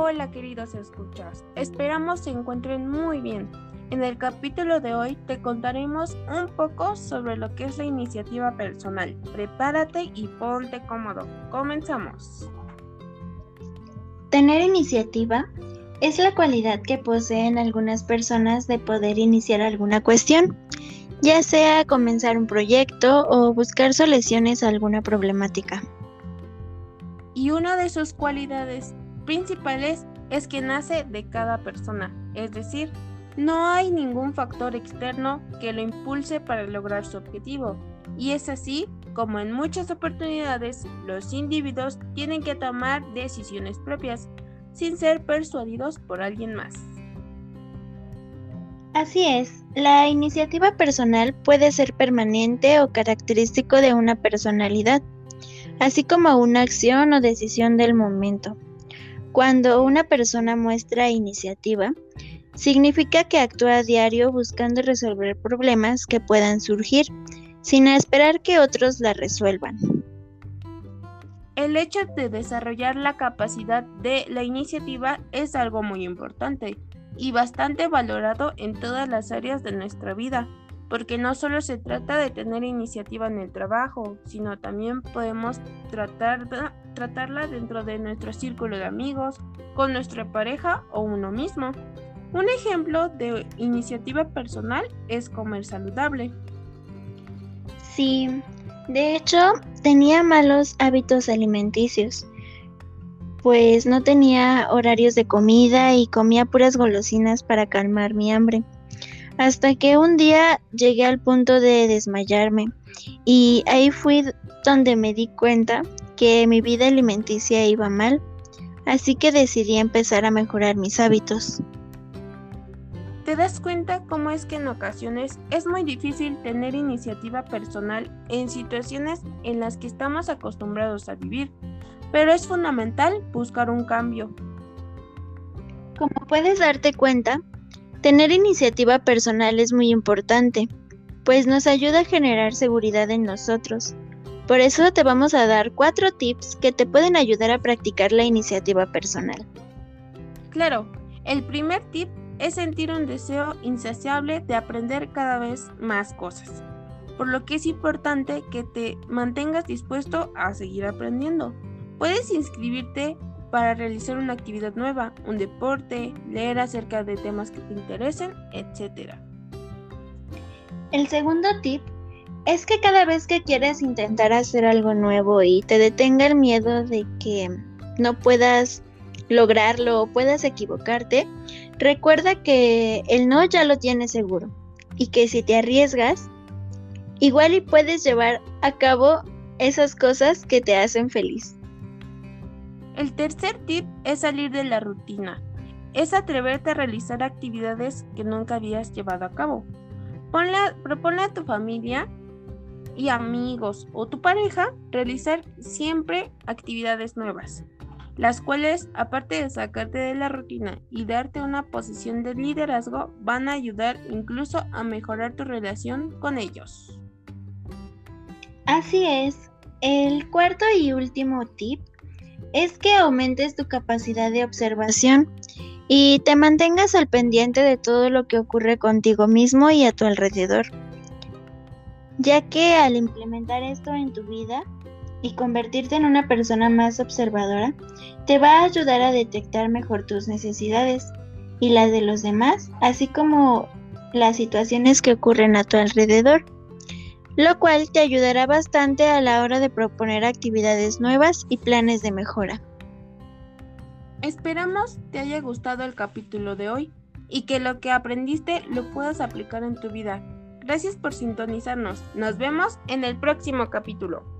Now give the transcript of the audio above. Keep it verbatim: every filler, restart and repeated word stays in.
Hola queridos escuchas, esperamos se encuentren muy bien. En el capítulo de hoy te contaremos un poco sobre lo que es la iniciativa personal. Prepárate y ponte cómodo. Comenzamos. Tener iniciativa es la cualidad que poseen algunas personas de poder iniciar alguna cuestión, ya sea comenzar un proyecto o buscar soluciones a alguna problemática. Y una de sus cualidades principales es que nace de cada persona, es decir, no hay ningún factor externo que lo impulse para lograr su objetivo, y es así como en muchas oportunidades los individuos tienen que tomar decisiones propias, sin ser persuadidos por alguien más. Así es, la iniciativa personal puede ser permanente o característico de una personalidad, así como una acción o decisión del momento. Cuando una persona muestra iniciativa, significa que actúa a diario buscando resolver problemas que puedan surgir, sin esperar que otros la resuelvan. El hecho de desarrollar la capacidad de la iniciativa es algo muy importante y bastante valorado en todas las áreas de nuestra vida, porque no solo se trata de tener iniciativa en el trabajo, sino también podemos tratar de, tratarla dentro de nuestro círculo de amigos, con nuestra pareja o uno mismo. Un ejemplo de iniciativa personal es comer saludable. Sí, de hecho, tenía malos hábitos alimenticios, pues no tenía horarios de comida y comía puras golosinas para calmar mi hambre. Hasta que un día llegué al punto de desmayarme y ahí fui donde me di cuenta que mi vida alimenticia iba mal, así que decidí empezar a mejorar mis hábitos. ¿Te das cuenta cómo es que en ocasiones es muy difícil tener iniciativa personal en situaciones en las que estamos acostumbrados a vivir? Pero es fundamental buscar un cambio. Como puedes darte cuenta, tener iniciativa personal es muy importante, pues nos ayuda a generar seguridad en nosotros. Por eso te vamos a dar cuatro tips que te pueden ayudar a practicar la iniciativa personal. Claro, el primer tip es sentir un deseo insaciable de aprender cada vez más cosas, por lo que es importante que te mantengas dispuesto a seguir aprendiendo. Puedes inscribirte para realizar una actividad nueva, un deporte, leer acerca de temas que te interesen, etcétera. El segundo tip es que cada vez que quieras intentar hacer algo nuevo y te detenga el miedo de que no puedas lograrlo o puedas equivocarte, recuerda que el no ya lo tienes seguro y que si te arriesgas, igual y puedes llevar a cabo esas cosas que te hacen feliz. El tercer tip es salir de la rutina. Es atreverte a realizar actividades que nunca habías llevado a cabo. Ponle, proponle a tu familia y amigos o tu pareja realizar siempre actividades nuevas, las cuales, aparte de sacarte de la rutina y darte una posición de liderazgo, van a ayudar incluso a mejorar tu relación con ellos. Así es. El cuarto y último tip es que aumentes tu capacidad de observación y te mantengas al pendiente de todo lo que ocurre contigo mismo y a tu alrededor, ya que al implementar esto en tu vida y convertirte en una persona más observadora, te va a ayudar a detectar mejor tus necesidades y las de los demás, así como las situaciones que ocurren a tu alrededor, lo cual te ayudará bastante a la hora de proponer actividades nuevas y planes de mejora. Esperamos te haya gustado el capítulo de hoy y que lo que aprendiste lo puedas aplicar en tu vida. Gracias por sintonizarnos. Nos vemos en el próximo capítulo.